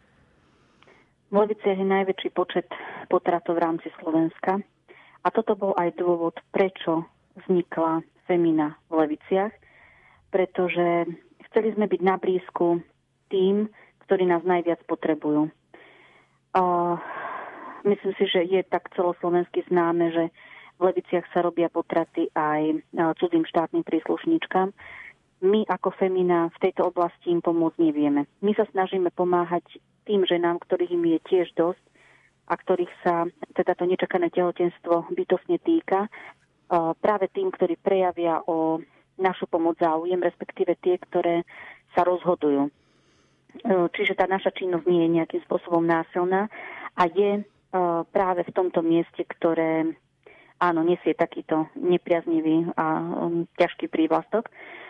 S3: V Leviciach je najväčší počet potratov v rámci Slovenska a toto bol aj dôvod, prečo vznikla Femina v Leviciach, pretože chceli sme byť na blízku tým, ktorí nás najviac potrebujú. Uh, myslím si, že je tak celoslovensky známe, že v Leviciach sa robia potraty aj cudzým štátnym príslušníčkam. My ako Femina v tejto oblasti im pomôcť nevieme. My sa snažíme pomáhať tým ženám, ktorých im je tiež dosť a ktorých sa teda to nečakané tehotenstvo bytostne týka. Práve tým, ktorí prejavia o našu pomoc záujem, respektíve tie, ktoré sa rozhodujú. Čiže tá naša činnosť nie je nejakým spôsobom násilná a je práve v tomto mieste, ktoré áno, nesie takýto nepriaznivý a um, ťažký prívlastok.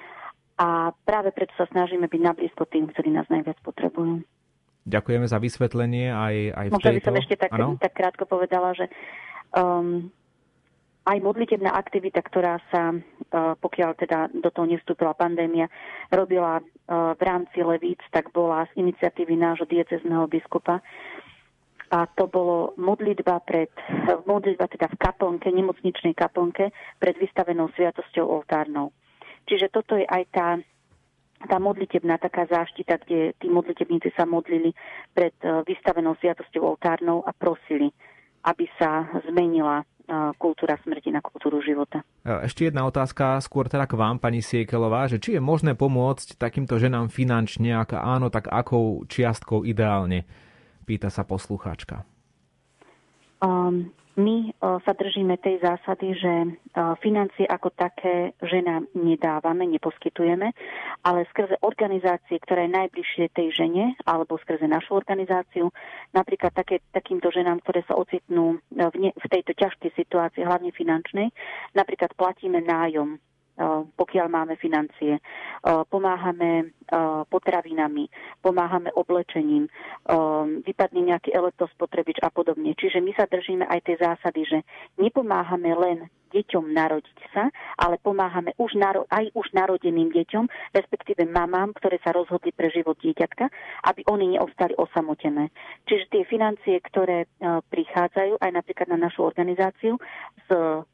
S3: A práve preto sa snažíme byť nablízko tým, ktorí nás najviac potrebujú.
S1: Ďakujeme za vysvetlenie aj, aj v
S3: Možno
S1: tejto...
S3: by som ešte tak, tak krátko povedala, že um, aj modlitebná aktivita, ktorá sa, uh, pokiaľ teda do toho nevstúpila pandémia, robila uh, v rámci Levíc, tak bola z iniciatívy nášho diecézneho biskupa. A to bolo modlitba pred, modlitba teda v kaplnke, nemocničnej kaplnke pred vystavenou sviatosťou oltárnou. Čiže toto je aj tá, tá modlitebná taká záštita, kde tí modlitebníci sa modlili pred vystavenou sviatosťou oltárnou a prosili, aby sa zmenila kultúra smrti na kultúru života.
S1: Ešte jedna otázka, skôr teda k vám, pani Siekelová, že či je možné pomôcť takýmto ženám finančne, ak áno, tak akou čiastkou ideálne? Pýta sa poslucháčka.
S3: Um, my uh, sa držíme tej zásady, že uh, financie ako také ženám nedávame, neposkytujeme, ale skrze organizácie, ktoré je najbližšie tej žene, alebo skrze našu organizáciu, napríklad také, takýmto ženám, ktoré sa ocitnú v, ne, v tejto ťažkej situácii, hlavne finančnej, napríklad platíme nájom, pokiaľ máme financie. Pomáhame potravinami, pomáhame oblečením, vypadne nejaký elektrospotrebič a podobne. Čiže my sa držíme aj tej zásady, že nepomáhame len deťom narodiť sa, ale pomáhame už naro- aj už narodeným deťom, respektíve mamám, ktoré sa rozhodli pre život dieťatka, aby oni neostali osamotené. Čiže tie financie, ktoré prichádzajú aj napríklad na našu organizáciu z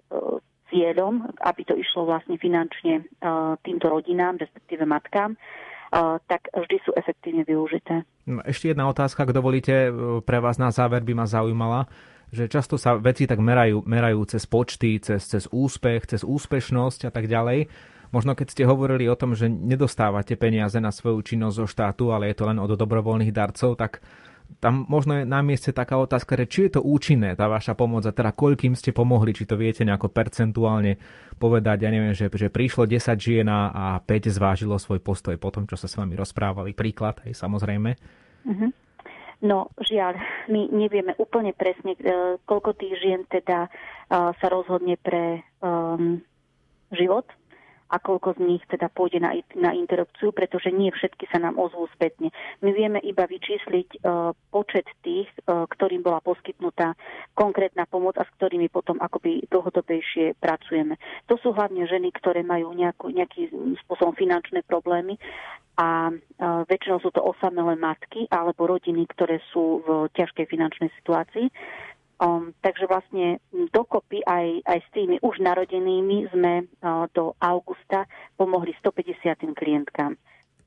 S3: cieľom, aby to išlo vlastne finančne uh, týmto rodinám, respektíve matkám, uh, tak vždy sú efektívne využité.
S1: Ešte jedna otázka, ak dovolíte, pre vás na záver by ma zaujímala, že často sa veci tak merajú, merajú cez počty, cez, cez úspech, cez úspešnosť a tak ďalej. Možno keď ste hovorili o tom, že nedostávate peniaze na svoju činnosť zo štátu, ale je to len od dobrovoľných darcov, tak tam možno je na mieste taká otázka, že či je to účinné, tá vaša pomoc, a teda koľkým ste pomohli, či to viete nejako percentuálne povedať, ja neviem, že, že prišlo desať žien a päť zvážilo svoj postoj po tom, čo sa s vami rozprávali. Príklad, aj samozrejme.
S3: Mm-hmm. No, žiaľ, my nevieme úplne presne, koľko tých žien teda sa rozhodne pre um, život a koľko z nich teda pôjde na, na interrupciu, pretože nie všetky sa nám ozvú spätne. My vieme iba vyčísliť uh, počet tých, uh, ktorým bola poskytnutá konkrétna pomoc a s ktorými potom akoby dlhodobejšie pracujeme. To sú hlavne ženy, ktoré majú nejakú, nejaký spôsobom finančné problémy a uh, väčšinou sú to osamelé matky alebo rodiny, ktoré sú v ťažkej finančnej situácii. Um, takže vlastne dokopy aj, aj s tými už narodenými sme uh, do augusta pomohli stopäťdesiat klientkám.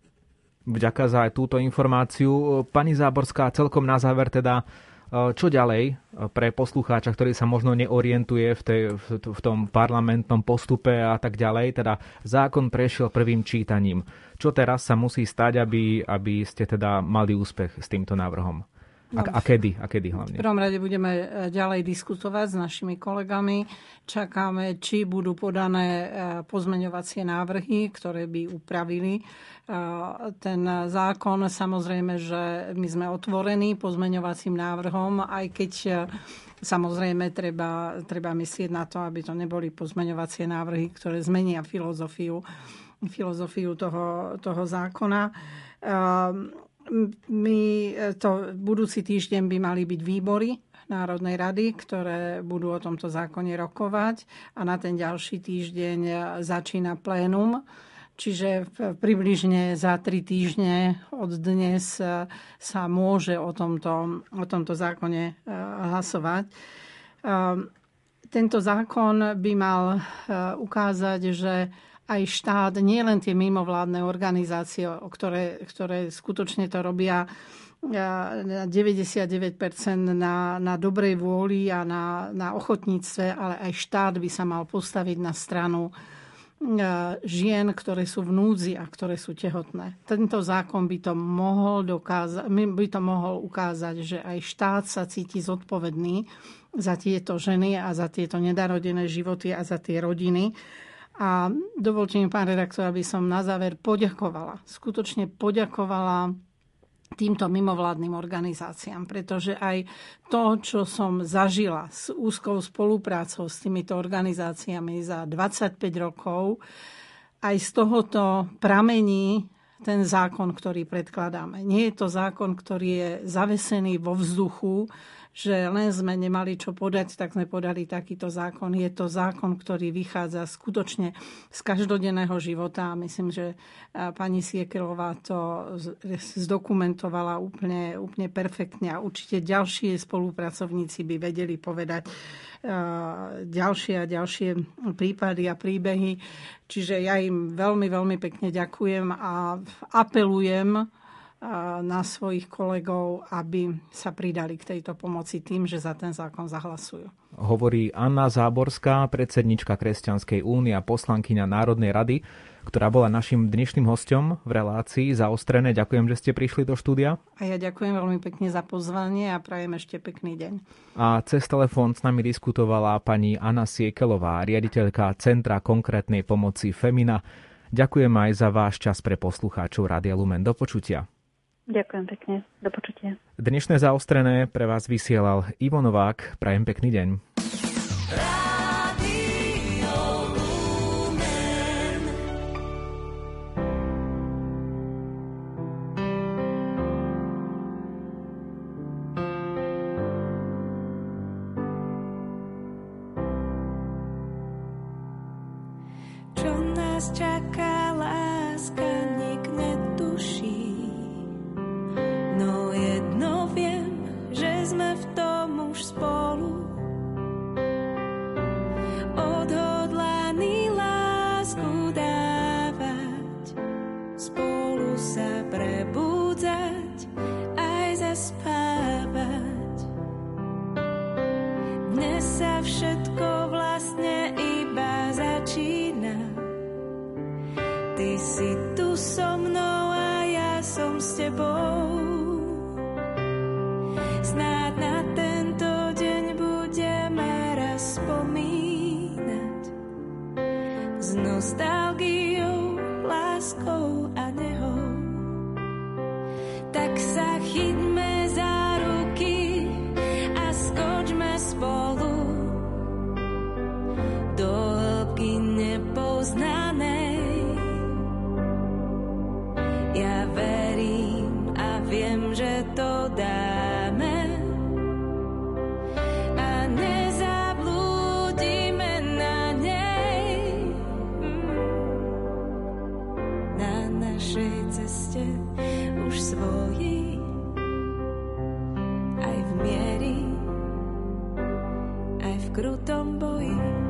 S1: Vďaka za aj túto informáciu. Pani Záborská, celkom na záver teda, čo ďalej pre poslucháča, ktorý sa možno neorientuje v, tej, v tom parlamentnom postupe a tak ďalej. Teda zákon prešiel prvým čítaním. Čo teraz sa musí stať, aby, aby ste teda mali úspech s týmto návrhom? A, a kedy? A kedy hlavne?
S2: V prvom rade budeme ďalej diskutovať s našimi kolegami. Čakáme, či budú podané pozmeňovacie návrhy, ktoré by upravili ten zákon. Samozrejme, že my sme otvorení pozmeňovacím návrhom, aj keď samozrejme treba, treba myslieť na to, aby to neboli pozmeňovacie návrhy, ktoré zmenia filozofiu, filozofiu toho, toho zákona. My to budúci týždeň by mali byť výbory Národnej rady, ktoré budú o tomto zákone rokovať a na ten ďalší týždeň začína plénum. Čiže približne za tri týždne od dnes sa môže o tomto, o tomto zákone hlasovať. Tento zákon by mal ukázať, že aj štát, nie len tie mimovládne organizácie, ktoré, ktoré skutočne to robia na deväťdesiatdeväť percent na, na dobrej vôli a na, na ochotníctve, ale aj štát by sa mal postaviť na stranu žien, ktoré sú v núdzi a ktoré sú tehotné. Tento zákon by to mohol dokázať, by to mohol ukázať, že aj štát sa cíti zodpovedný za tieto ženy a za tieto nedarodené životy a za tie rodiny. A dovolte mi, pán redaktor, aby som na záver poďakovala, skutočne poďakovala týmto mimovládnym organizáciám, pretože aj to, čo som zažila s úzkou spoluprácou s týmito organizáciami za dvadsaťpäť rokov, aj z tohoto pramení ten zákon, ktorý predkladáme. Nie je to zákon, ktorý je zavesený vo vzduchu, že len sme nemali čo podať, tak sme podali takýto zákon. Je to zákon, ktorý vychádza skutočne z každodenného života. Myslím, že pani Siekelová to zdokumentovala úplne, úplne perfektne a určite ďalšie spolupracovníci by vedeli povedať ďalšie a ďalšie prípady a príbehy. Čiže ja im veľmi, veľmi pekne ďakujem a apelujem na svojich kolegov, aby sa pridali k tejto pomoci tým, že za ten zákon zahlasujú.
S1: Hovorí Anna Záborská, predsednička Kresťanskej únie a poslankyňa Národnej rady, ktorá bola našim dnešným hosťom v relácii Zaostrené. Ďakujem, že ste prišli do štúdia.
S2: A ja ďakujem veľmi pekne za pozvanie a prajem ešte pekný deň. A
S1: cez telefón s nami diskutovala pani Anna Siekelová, riaditeľka Centra konkrétnej pomoci Femina. Ďakujem aj za váš čas pre poslucháčov Rádia Lumen. Do počutia.
S3: Ďakujem pekne. Do počutia.
S1: Dnešné Zaostrené pre vás vysielal Ivo Novák. Prajem pekný deň.
S4: Čo nás čaká, láska, nik netuší. No jedno viem, že sme v tom už spolu. Odhodlaný lásku dávať, spolu sa prebúdzať, aj zaspávať. Dnes sa všetko vlastne iba začína. Ty si tu so mnou a ja som s tebou. Snáď na tento deň budeme raz spomínať s nostalgiou, láskou a nehou. Tak sa chyťme za ruky a skočme spolu do hĺbky nepoznanej. Ja verím a viem, že to dáme a nezablúdime na nej. Na našej ceste už svoji, aj v miery, aj v krutom boji.